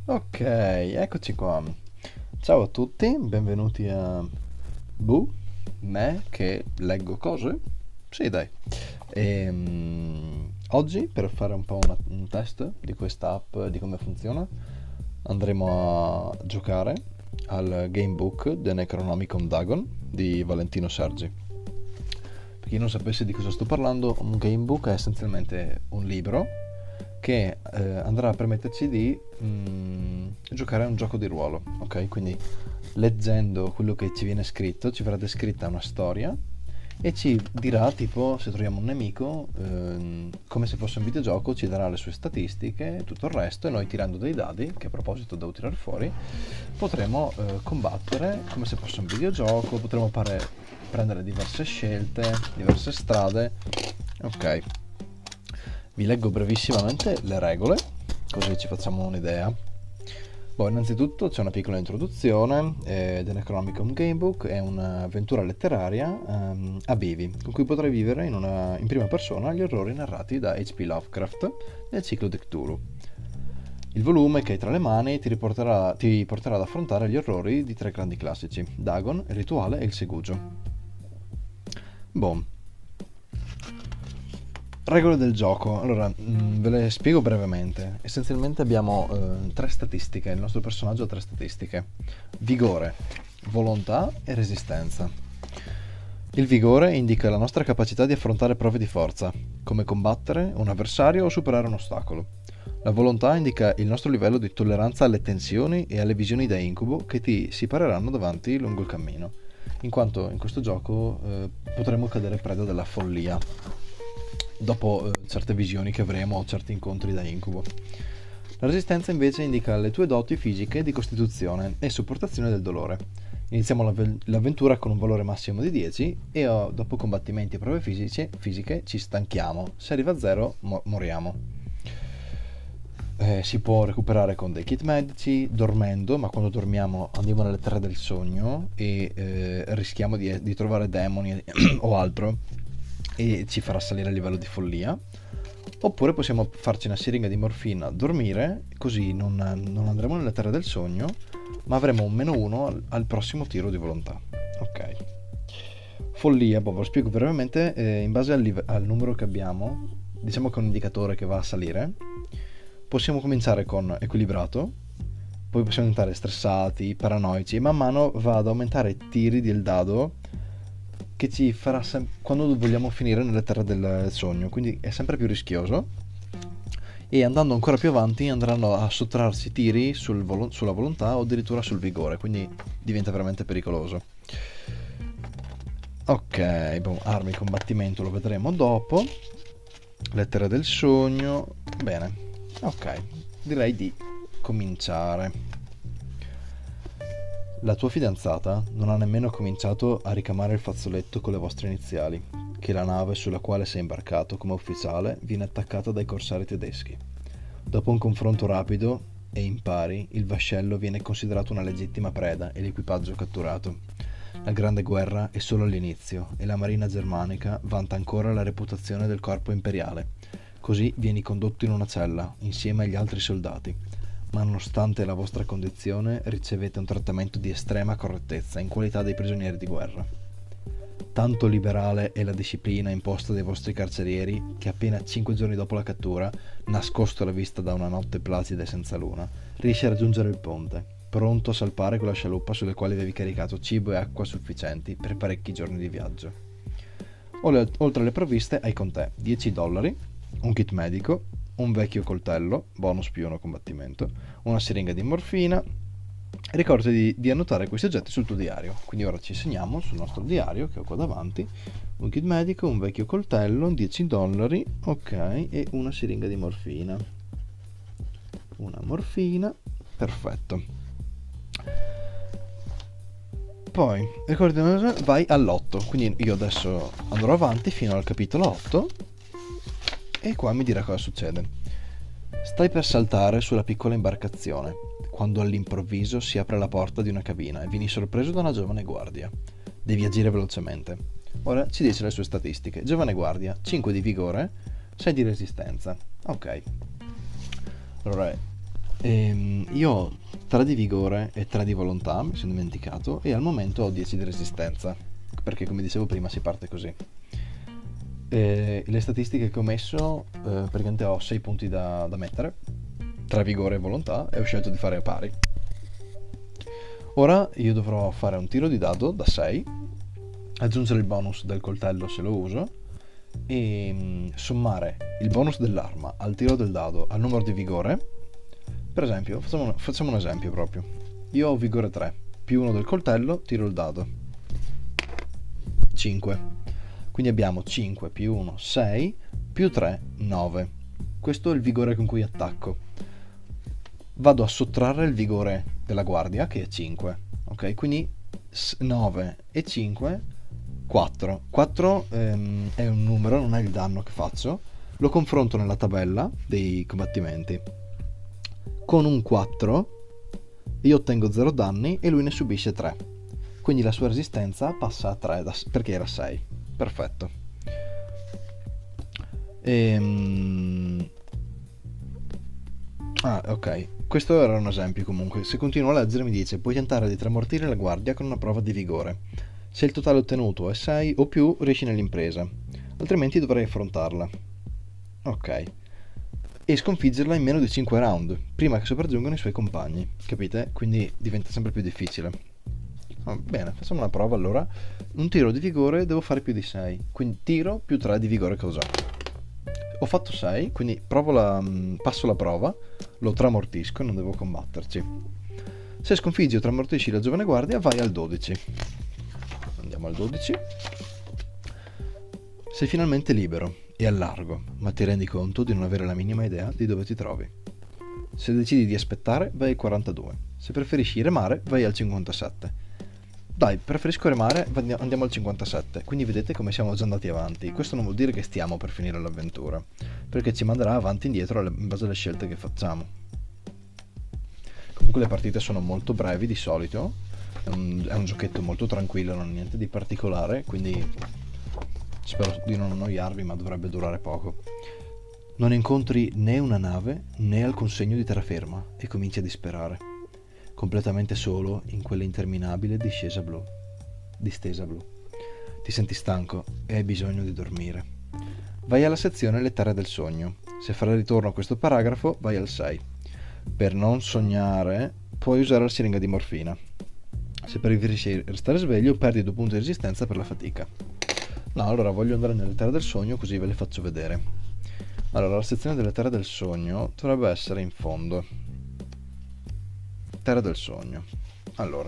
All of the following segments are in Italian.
Ok, eccoci qua. Ciao a tutti, benvenuti a Bu, me che leggo cose. Sì, dai. Oggi per fare un po' un test di questa app, di come funziona, andremo a giocare al Gamebook The Necronomicon Dagon di Valentino Sergi. Per chi non sapesse di cosa sto parlando, un gamebook è essenzialmente un libro che andrà a permetterci di giocare a un gioco di ruolo, ok? Quindi leggendo quello che ci viene scritto ci verrà descritta una storia e ci dirà tipo se troviamo un nemico come se fosse un videogioco, ci darà le sue statistiche e tutto il resto, e noi tirando dei dadi, che a proposito devo tirare fuori, potremo combattere come se fosse un videogioco, potremo prendere diverse scelte, diverse strade. Ok, vi leggo brevissimamente le regole, così ci facciamo un'idea. Boh, innanzitutto c'è una piccola introduzione. The Necronomicon Gamebook è un'avventura letteraria a bevi, con cui potrai vivere in prima persona gli orrori narrati da H.P. Lovecraft nel ciclo di Cthulhu. Il volume che hai tra le mani ti porterà ad affrontare gli orrori di tre grandi classici: Dagon, il rituale e il segugio. Boh, regole del gioco. Allora, ve le spiego brevemente. Essenzialmente abbiamo tre statistiche. Il nostro personaggio ha tre statistiche: vigore, volontà e resistenza. Il vigore indica la nostra capacità di affrontare prove di forza, come combattere un avversario o superare un ostacolo. La volontà indica il nostro livello di tolleranza alle tensioni e alle visioni da incubo che ti si pareranno davanti lungo il cammino, in quanto in questo gioco potremo cadere preda della follia dopo certe visioni che avremo o certi incontri da incubo. La resistenza invece indica le tue doti fisiche di costituzione e sopportazione del dolore. Iniziamo l'avventura con un valore massimo di 10 e dopo combattimenti e prove fisiche ci stanchiamo. Se arriva a 0 moriamo. Si può recuperare con dei kit medici, dormendo, ma quando dormiamo andiamo nelle terre del sogno e rischiamo di trovare demoni o altro, e ci farà salire a livello di follia. Oppure possiamo farci una siringa di morfina, dormire, così non andremo nelle terre del sogno, ma avremo un -1 al prossimo tiro di volontà. Ok. Follia, boh, ve lo spiego brevemente. In base al numero che abbiamo, diciamo che è un indicatore che va a salire. Possiamo cominciare con equilibrato, poi possiamo diventare stressati, paranoici, e man mano va ad aumentare i tiri del dado che ci farà quando vogliamo finire nelle terre del sogno, quindi è sempre più rischioso, e andando ancora più avanti andranno a sottrarsi tiri sulla volontà o addirittura sul vigore, quindi diventa veramente pericoloso. Ok, boh, armi, combattimento lo vedremo dopo. Lettere del sogno. Bene, ok, direi di cominciare. La tua fidanzata non ha nemmeno cominciato a ricamare il fazzoletto con le vostre iniziali, che la nave sulla quale sei imbarcato come ufficiale viene attaccata dai corsari tedeschi. Dopo un confronto rapido e impari, il vascello viene considerato una legittima preda e l'equipaggio catturato. La Grande Guerra è solo all'inizio e la Marina germanica vanta ancora la reputazione del corpo imperiale. Così vieni condotto in una cella, insieme agli altri soldati, ma nonostante la vostra condizione ricevete un trattamento di estrema correttezza in qualità dei prigionieri di guerra. Tanto liberale è la disciplina imposta dai vostri carcerieri che appena 5 giorni dopo la cattura, nascosto alla vista da una notte placida e senza luna, riesce a raggiungere il ponte, pronto a salpare con la scialuppa sulle quali avevi caricato cibo e acqua sufficienti per parecchi giorni di viaggio. Oltre alle provviste hai con te $10, un kit medico, un vecchio coltello, bonus più uno combattimento, una siringa di morfina. Ricorda di annotare questi oggetti sul tuo diario. Quindi ora ci segniamo sul nostro diario che ho qua davanti: un kit medico, un vecchio coltello, $10, ok, e una siringa di morfina. Una morfina, perfetto. Poi ricordi, vai all'8, quindi io adesso andrò avanti fino al capitolo 8 e qua mi dirà cosa succede. Stai per saltare sulla piccola imbarcazione quando all'improvviso si apre la porta di una cabina e vieni sorpreso da una giovane guardia. Devi agire velocemente. Ora ci dice le sue statistiche: giovane guardia, 5 di vigore, 6 di resistenza. Ok. Allora, Io ho 3 di vigore e 3 di volontà, mi sono dimenticato, e al momento ho 10 di resistenza, perché come dicevo prima si parte così. Le statistiche che ho messo, praticamente ho 6 punti da mettere, 3 vigore e volontà, e ho scelto di fare a pari. Ora io dovrò fare un tiro di dado da 6, aggiungere il bonus del coltello se lo uso, e sommare il bonus dell'arma al tiro del dado al numero di vigore. Per esempio, facciamo un esempio proprio. Io ho vigore 3, più 1 del coltello, tiro il dado. 5. Quindi abbiamo 5 più 1, 6, più 3, 9. Questo è il vigore con cui attacco. Vado a sottrarre il vigore della guardia, che è 5. Ok, quindi 9 e 5, 4. 4 è un numero, non è il danno che faccio. Lo confronto nella tabella dei combattimenti. Con un 4 io ottengo 0 danni e lui ne subisce 3. Quindi la sua resistenza passa a 3 perché era 6. Perfetto. Ok. Questo era un esempio comunque. Se continuo a leggere mi dice: puoi tentare di tramortire la guardia con una prova di vigore. Se il totale ottenuto è 6 o più, riesci nell'impresa. Altrimenti dovrai affrontarla. Ok. E sconfiggerla in meno di 5 round, prima che sopraggiungano i suoi compagni. Capite? Quindi diventa sempre più difficile. Bene, facciamo una prova allora. Un tiro di vigore devo fare più di 6. Quindi tiro più 3 di vigore che ho già. Ho fatto 6, quindi passo la prova, lo tramortisco e non devo combatterci. Se sconfiggi o tramortisci la giovane guardia, vai al 12. Andiamo al 12. Sei finalmente libero e al largo, ma ti rendi conto di non avere la minima idea di dove ti trovi. Se decidi di aspettare, vai al 42. Se preferisci remare, vai al 57. Dai, preferisco remare, andiamo al 57. Quindi vedete come siamo già andati avanti. Questo non vuol dire che stiamo per finire l'avventura, perché ci manderà avanti e indietro in base alle scelte che facciamo. Comunque le partite sono molto brevi di solito. È un giochetto molto tranquillo, non ha niente di particolare, quindi spero di non annoiarvi, ma dovrebbe durare poco. Non incontri né una nave né alcun segno di terraferma e cominci a disperare, completamente solo in quella interminabile distesa blu. Ti senti stanco e hai bisogno di dormire. Vai alla sezione Le terre del sogno. Se farai ritorno a questo paragrafo, vai al 6. Per non sognare, puoi usare la siringa di morfina. Se preferisci restare sveglio, perdi 2 punti di resistenza per la fatica. No, allora voglio andare nelle terre del sogno, così ve le faccio vedere. Allora, la sezione delle terre del sogno dovrebbe essere in fondo. Terre del sogno. Allora,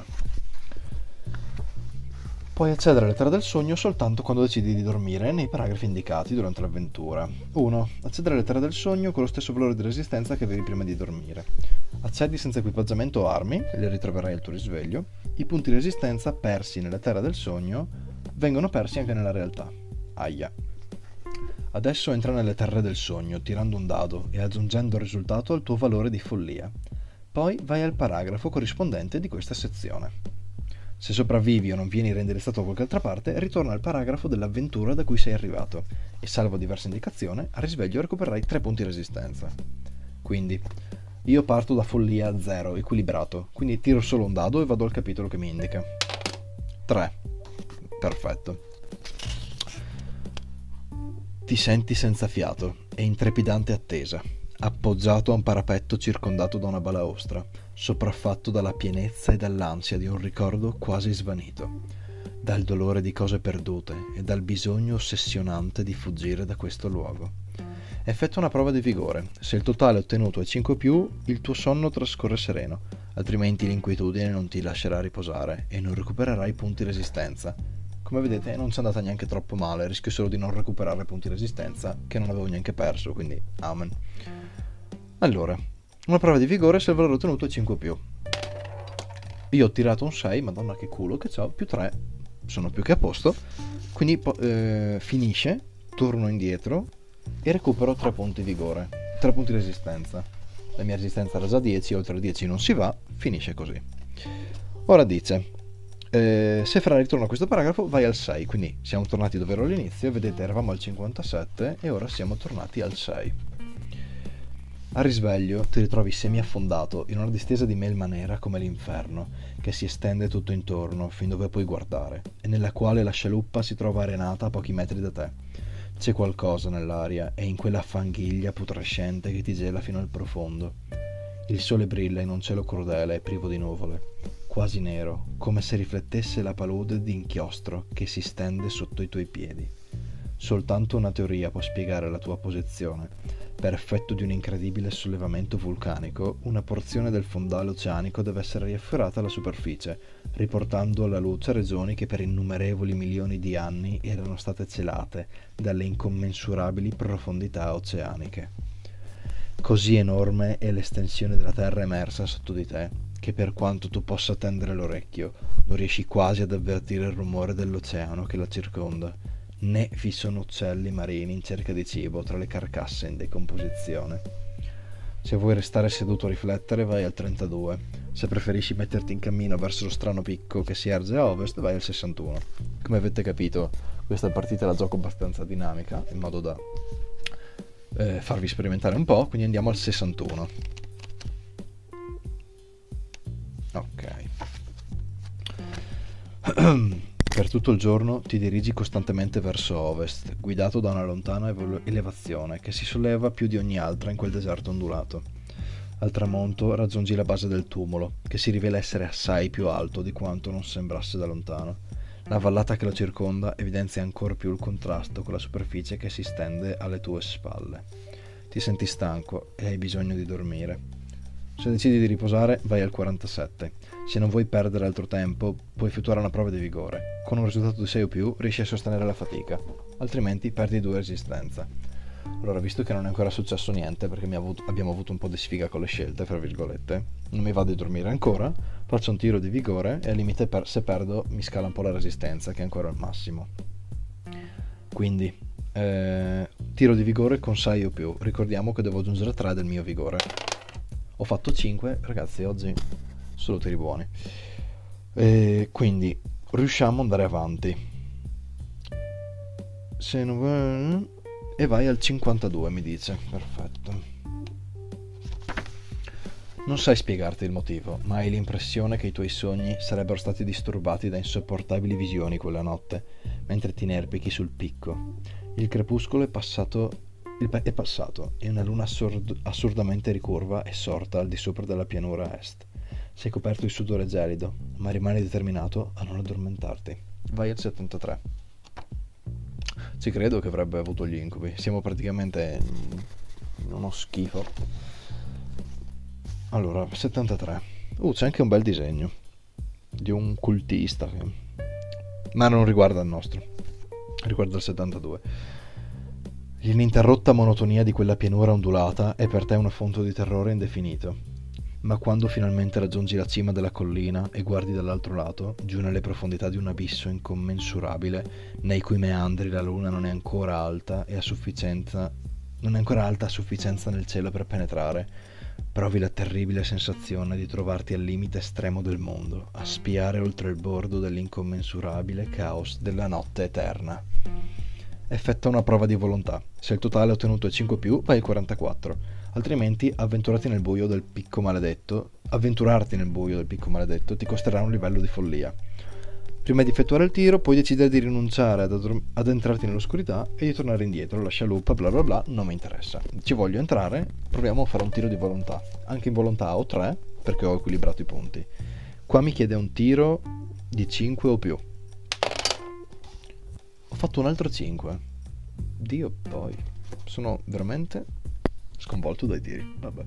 puoi accedere alle terre del sogno soltanto quando decidi di dormire nei paragrafi indicati durante l'avventura. 1. Accedere alle terre del sogno con lo stesso valore di resistenza che avevi prima di dormire. Accedi senza equipaggiamento o armi, e li ritroverai al tuo risveglio. I punti di resistenza persi nelle terre del sogno vengono persi anche nella realtà. Aia. Adesso entra nelle terre del sogno tirando un dado e aggiungendo il risultato al tuo valore di follia. Poi vai al paragrafo corrispondente di questa sezione. Se sopravvivi o non vieni reindirizzato da qualche altra parte, ritorna al paragrafo dell'avventura da cui sei arrivato e, salvo diversa indicazione, al risveglio recupererai 3 punti di resistenza. Quindi, io parto da follia 0, equilibrato, quindi tiro solo un dado e vado al capitolo che mi indica. 3. Perfetto. Ti senti senza fiato e in trepidante attesa, appoggiato a un parapetto circondato da una balaustra, sopraffatto dalla pienezza e dall'ansia di un ricordo quasi svanito, dal dolore di cose perdute e dal bisogno ossessionante di fuggire da questo luogo. Effettua una prova di vigore. Se il totale ottenuto è 5+, il tuo sonno trascorre sereno, altrimenti l'inquietudine non ti lascerà riposare e non recupererai punti resistenza. Come vedete non ci è andata neanche troppo male, rischio solo di non recuperare punti resistenza che non avevo neanche perso, quindi amen. Allora, una prova di vigore se il valore ottenuto è 5+. Io ho tirato un 6, madonna che culo che c'ho, più 3, sono più che a posto, quindi finisce, torno indietro e recupero 3 punti vigore, 3 punti resistenza. La mia resistenza era già 10, oltre a 10 non si va, finisce così. Ora dice... se farai ritorno a questo paragrafo vai al 6, quindi siamo tornati dove ero all'inizio, vedete eravamo al 57 e ora siamo tornati al 6. Al risveglio ti ritrovi semiaffondato in una distesa di melma nera come l'inferno, che si estende tutto intorno fin dove puoi guardare, e nella quale la scialuppa si trova arenata a pochi metri da te. C'è qualcosa nell'aria e in quella fanghiglia putrescente che ti gela fino al profondo. Il sole brilla in un cielo crudele e privo di nuvole, quasi nero, come se riflettesse la palude d'inchiostro che si stende sotto i tuoi piedi. Soltanto una teoria può spiegare la tua posizione. Per effetto di un incredibile sollevamento vulcanico, una porzione del fondale oceanico deve essere riafferrata alla superficie, riportando alla luce regioni che per innumerevoli milioni di anni erano state celate dalle incommensurabili profondità oceaniche. Così enorme è l'estensione della terra emersa sotto di te, che per quanto tu possa tendere l'orecchio, non riesci quasi ad avvertire il rumore dell'oceano che la circonda, né vi sono uccelli marini in cerca di cibo tra le carcasse in decomposizione. Se vuoi restare seduto a riflettere, vai al 32. Se preferisci metterti in cammino verso lo strano picco che si erge a ovest, vai al 61. Come avete capito, questa partita la gioco abbastanza dinamica, in modo da farvi sperimentare un po', quindi andiamo al 61. Ok. Per tutto il giorno ti dirigi costantemente verso ovest, guidato da una lontana elevazione che si solleva più di ogni altra in quel deserto ondulato. Al tramonto raggiungi la base del tumulo, che si rivela essere assai più alto di quanto non sembrasse da lontano. La vallata che lo circonda evidenzia ancor più il contrasto con la superficie che si stende alle tue spalle. Ti senti stanco e hai bisogno di dormire. Se decidi di riposare, vai al 47. Se non vuoi perdere altro tempo, puoi effettuare una prova di vigore. Con un risultato di 6 o più riesci a sostenere la fatica, altrimenti perdi 2 resistenza. Allora, visto che non è ancora successo niente, perché abbiamo avuto un po' di sfiga con le scelte, fra virgolette, non mi vado a dormire ancora, faccio un tiro di vigore e al limite se perdo mi scala un po' la resistenza, che è ancora al massimo. Quindi, tiro di vigore con 6 o più. Ricordiamo che devo aggiungere 3 del mio vigore. Ho fatto 5, ragazzi, oggi solo tiri buoni. Quindi riusciamo ad andare avanti. Se non... E vai al 52, mi dice. Perfetto. Non sai spiegarti il motivo, ma hai l'impressione che i tuoi sogni sarebbero stati disturbati da insopportabili visioni quella notte, mentre ti inerpichi sul picco. Il crepuscolo è passato e una luna assurdamente ricurva è sorta al di sopra della pianura a est. Sei coperto di sudore gelido, ma rimani determinato a non addormentarti. Vai al 73. Ci credo che avrebbe avuto gli incubi. Siamo praticamente in uno schifo. Allora, 73. C'è anche un bel disegno di un cultista, ma non riguarda il nostro. Riguarda il 72. L'ininterrotta monotonia di quella pianura ondulata è per te una fonte di terrore indefinito. Ma quando finalmente raggiungi la cima della collina e guardi dall'altro lato, giù nelle profondità di un abisso incommensurabile, nei cui meandri la luna non è ancora alta a sufficienza nel cielo per penetrare, provi la terribile sensazione di trovarti al limite estremo del mondo, a spiare oltre il bordo dell'incommensurabile caos della notte eterna. Effettua una prova di volontà. Se il totale ottenuto è 5 più, vai al 44. Altrimenti avventurarti nel buio del picco maledetto ti costerà un livello di follia. Prima di effettuare il tiro puoi decidere di rinunciare ad entrarti nell'oscurità e di tornare indietro. La scialuppa bla bla bla non mi interessa. Ci voglio entrare, proviamo a fare un tiro di volontà. Anche in volontà ho 3 perché ho equilibrato i punti. Qua mi chiede un tiro di 5 o più. Ho fatto un altro 5. Dio, poi sono veramente sconvolto dai tiri. Vabbè.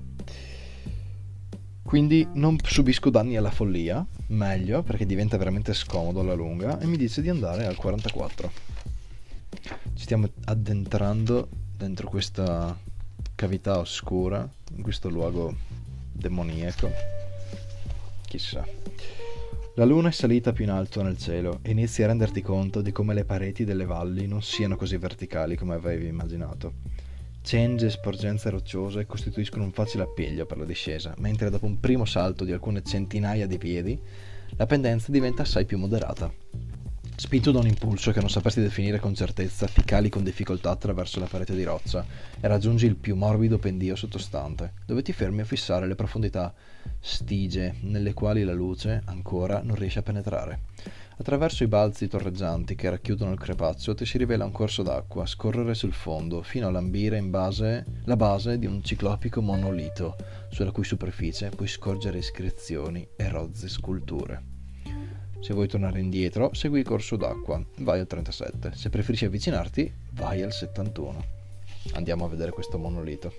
Quindi non subisco danni alla follia, meglio, perché diventa veramente scomodo alla lunga, e mi dice di andare al 44. Ci stiamo addentrando dentro questa cavità oscura, in questo luogo demoniaco. Chissà. La luna è salita più in alto nel cielo e inizi a renderti conto di come le pareti delle valli non siano così verticali come avevi immaginato. Cengi e sporgenze rocciose costituiscono un facile appiglio per la discesa, mentre dopo un primo salto di alcune centinaia di piedi, la pendenza diventa assai più moderata. Spinto da un impulso che non sapresti definire con certezza, ti cali con difficoltà attraverso la parete di roccia e raggiungi il più morbido pendio sottostante, dove ti fermi a fissare le profondità stigie nelle quali la luce ancora non riesce a penetrare. Attraverso i balzi torreggianti che racchiudono il crepaccio ti si rivela un corso d'acqua scorrere sul fondo fino a lambire la base di un ciclopico monolito, sulla cui superficie puoi scorgere iscrizioni e rozze sculture. Se vuoi tornare indietro, segui il corso d'acqua, vai al 37. Se preferisci avvicinarti, vai al 71. Andiamo a vedere questo monolito.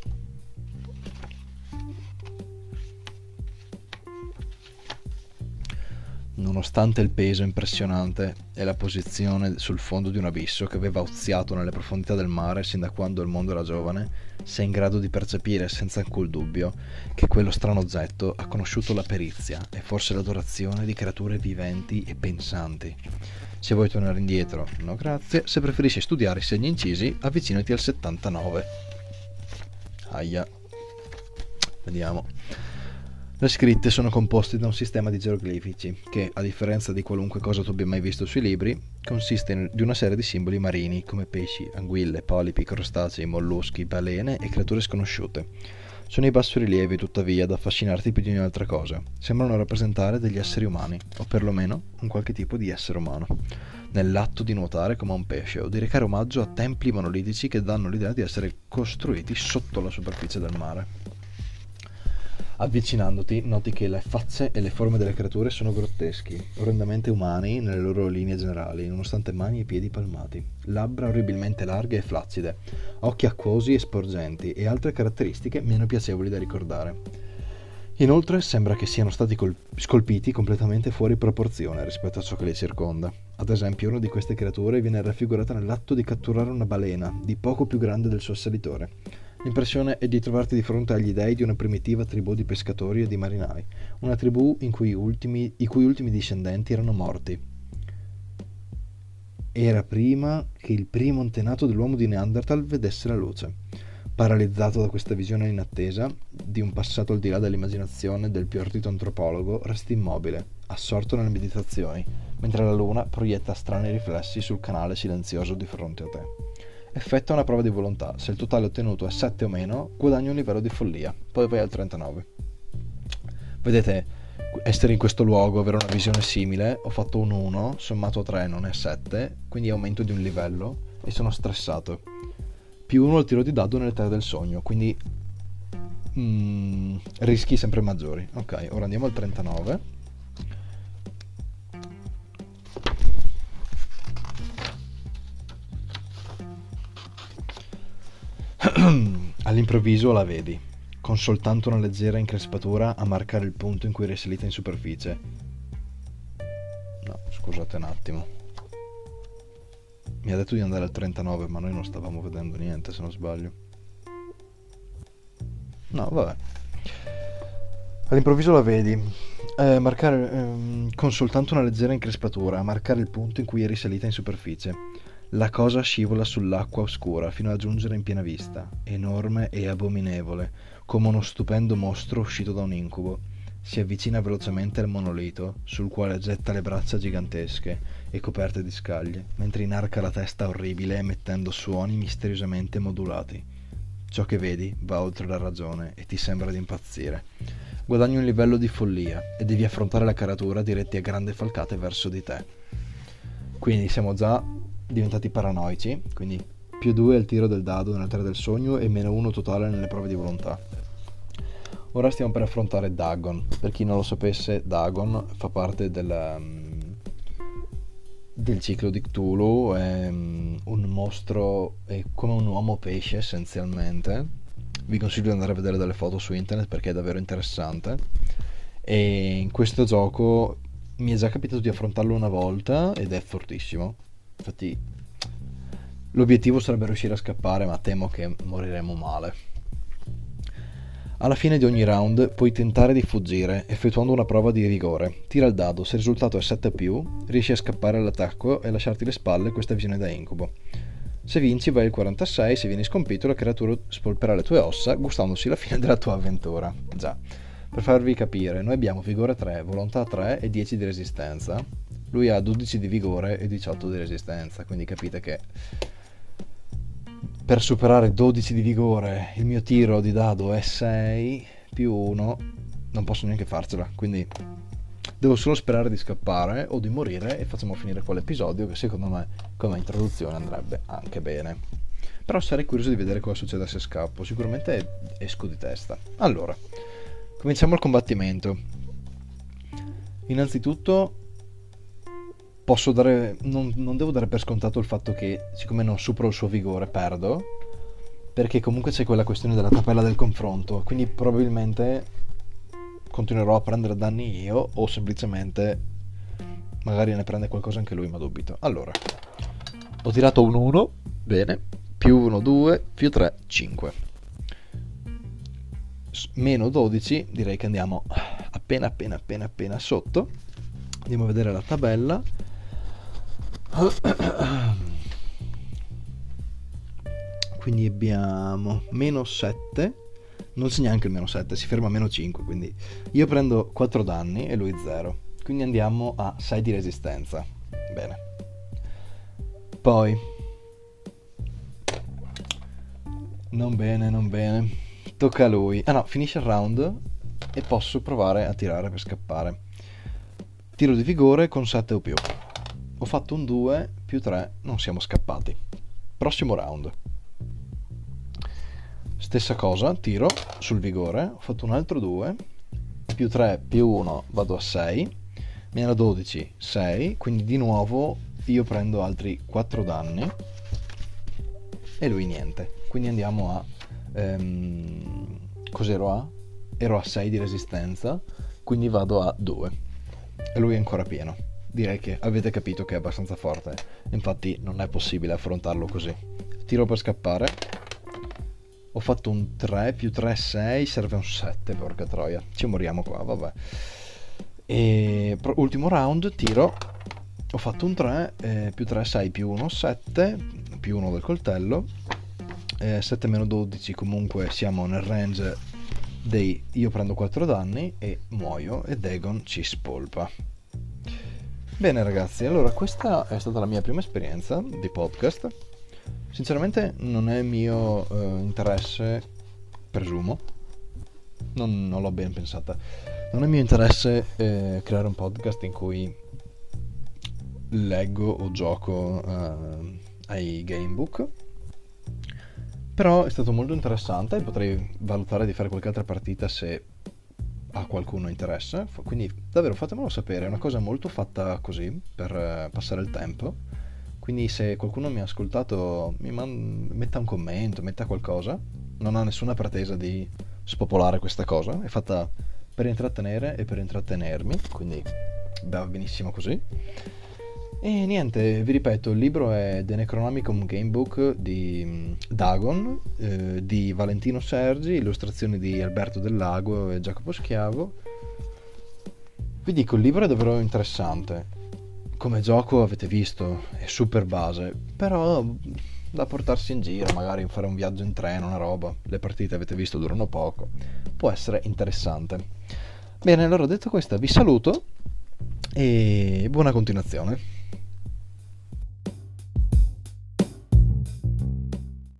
Nonostante il peso impressionante e la posizione sul fondo di un abisso che aveva oziato nelle profondità del mare sin da quando il mondo era giovane, sei in grado di percepire senza alcun dubbio che quello strano oggetto ha conosciuto la perizia e forse l'adorazione di creature viventi e pensanti. Se vuoi tornare indietro, no grazie. Se preferisci studiare i segni incisi, avvicinati al 79. Aia. Vediamo. Le scritte sono composte da un sistema di geroglifici che, a differenza di qualunque cosa tu abbia mai visto sui libri, consiste di una serie di simboli marini come pesci, anguille, polipi, crostacei, molluschi, balene e creature sconosciute. Sono i bassorilievi, tuttavia, ad affascinarti più di ogni altra cosa. Sembrano rappresentare degli esseri umani, o perlomeno un qualche tipo di essere umano, nell'atto di nuotare come un pesce o di recare omaggio a templi monolitici che danno l'idea di essere costruiti sotto la superficie del mare. Avvicinandoti, noti che le facce e le forme delle creature sono grotteschi, orrendamente umani nelle loro linee generali, nonostante mani e piedi palmati, labbra orribilmente larghe e flaccide, occhi acquosi e sporgenti e altre caratteristiche meno piacevoli da ricordare. Inoltre sembra che siano stati scolpiti completamente fuori proporzione rispetto a ciò che li circonda. Ad esempio, una di queste creature viene raffigurata nell'atto di catturare una balena, di poco più grande del suo assalitore. L'impressione è di trovarti di fronte agli dei di una primitiva tribù di pescatori e di marinai, una tribù i cui ultimi discendenti erano morti. Era prima che il primo antenato dell'uomo di Neanderthal vedesse la luce. Paralizzato da questa visione inattesa di un passato al di là dell'immaginazione del più ardito antropologo, resti immobile, assorto nelle meditazioni, mentre la luna proietta strani riflessi sul canale silenzioso di fronte a te. Effettua una prova di volontà. Se il totale ottenuto è 7 o meno, guadagni un livello di follia. Poi vai al 39. Vedete, essere in questo luogo, avere una visione simile, ho fatto un 1, sommato a 3 non è 7, quindi aumento di un livello e sono stressato. Più 1 al tiro di dado nelle terre del sogno, quindi rischi sempre maggiori. Ok, ora andiamo al 39. All'improvviso la vedi, con soltanto una leggera increspatura a marcare il punto in cui è risalita in superficie. No, scusate un attimo. Mi ha detto di andare al 39, ma noi non stavamo vedendo niente, se non sbaglio. No, vabbè. All'improvviso la vedi, con soltanto una leggera increspatura a marcare il punto in cui è risalita in superficie. La cosa scivola sull'acqua oscura fino a giungere in piena vista, enorme e abominevole, come uno stupendo mostro uscito da un incubo. Si avvicina velocemente al monolito, sul quale getta le braccia gigantesche e coperte di scaglie, mentre inarca la testa orribile emettendo suoni misteriosamente modulati. Ciò che vedi va oltre la ragione e ti sembra di impazzire. Guadagni un livello di follia e devi affrontare la creatura diretti a grandi falcate verso di te. Quindi siamo già diventati paranoici, quindi più 2 al tiro del dado nella terra del sogno e meno 1 totale nelle prove di volontà. Ora stiamo per affrontare Dagon. Per chi non lo sapesse, Dagon fa parte del ciclo di Cthulhu, è un mostro, è come un uomo pesce essenzialmente. Vi consiglio di andare a vedere delle foto su internet perché è davvero interessante. E in questo gioco mi è già capitato di affrontarlo una volta ed è fortissimo. Infatti l'obiettivo sarebbe riuscire a scappare, ma temo che moriremo male. Alla fine di ogni round puoi tentare di fuggire effettuando una prova di rigore. Tira il dado, se il risultato è 7+, riesci a scappare all'attacco e lasciarti alle spalle questa visione da incubo. Se vinci vai al 46, se vieni sconfitto la creatura spolperà le tue ossa gustandosi la fine della tua avventura. Già, per farvi capire, noi abbiamo vigore 3, volontà 3 e 10 di resistenza. Lui ha 12 di vigore e 18 di resistenza, quindi capite che per superare 12 di vigore il mio tiro di dado è 6 più 1, non posso neanche farcela, quindi devo solo sperare di scappare o di morire e facciamo finire quell'episodio, che secondo me come introduzione andrebbe anche bene. Però sarei curioso di vedere cosa succede se scappo, sicuramente esco di testa. Allora, cominciamo il combattimento. Innanzitutto posso dare, non devo dare per scontato il fatto che siccome non supero il suo vigore perdo, perché comunque c'è quella questione della tabella del confronto, quindi probabilmente continuerò a prendere danni io o semplicemente magari ne prende qualcosa anche lui, ma dubito. Allora, ho tirato un 1, bene, più 1 2, più 3 5, meno 12, direi che andiamo appena sotto. Andiamo a vedere la tabella. Quindi abbiamo meno 7, non c'è neanche il meno 7, si ferma a meno 5, quindi io prendo 4 danni e lui 0, quindi andiamo a 6 di resistenza. Bene, poi non bene, tocca a lui. Ah no, finisce il round e posso provare a tirare per scappare. Tiro di vigore con 7 o più. Ho fatto un 2 più 3, non siamo scappati. Prossimo round. Stessa cosa, tiro sul vigore, ho fatto un altro 2, più 3 più 1 vado a 6, meno 12, 6, quindi di nuovo io prendo altri 4 danni e lui niente. Quindi andiamo a... cos'ero a? Ero a 6 di resistenza, quindi vado a 2 e lui è ancora pieno. Direi che avete capito che è abbastanza forte, infatti non è possibile affrontarlo così. Tiro per scappare, ho fatto un 3 più 3 6, serve un 7, porca troia, ci moriamo qua, vabbè. E ultimo round, tiro, ho fatto un 3 più 3 6 più 1 7, più 1 del coltello, 7 meno 12, comunque siamo nel range dei io prendo 4 danni e muoio e Dagon ci spolpa. Bene ragazzi, allora questa è stata la mia prima esperienza di podcast. Sinceramente non è mio interesse, presumo, non l'ho ben pensata, non è mio interesse creare un podcast in cui leggo o gioco ai gamebook, però è stato molto interessante e potrei valutare di fare qualche altra partita se a qualcuno interessa, quindi davvero fatemelo sapere, è una cosa molto fatta così per passare il tempo, quindi se qualcuno mi ha ascoltato metta un commento, metta qualcosa, non ha nessuna pretesa di spopolare questa cosa, è fatta per intrattenere e per intrattenermi, quindi va benissimo così. E niente, vi ripeto, il libro è The Necronomicon Gamebook di Dagon, di Valentino Sergi, illustrazioni di Alberto Del Lago e Jacopo Schiavo. Vi dico, il libro è davvero interessante. Come gioco avete visto, è super base, però da portarsi in giro, magari fare un viaggio in treno, una roba. Le partite avete visto durano poco, può essere interessante. Bene, allora detto questo vi saluto e buona continuazione.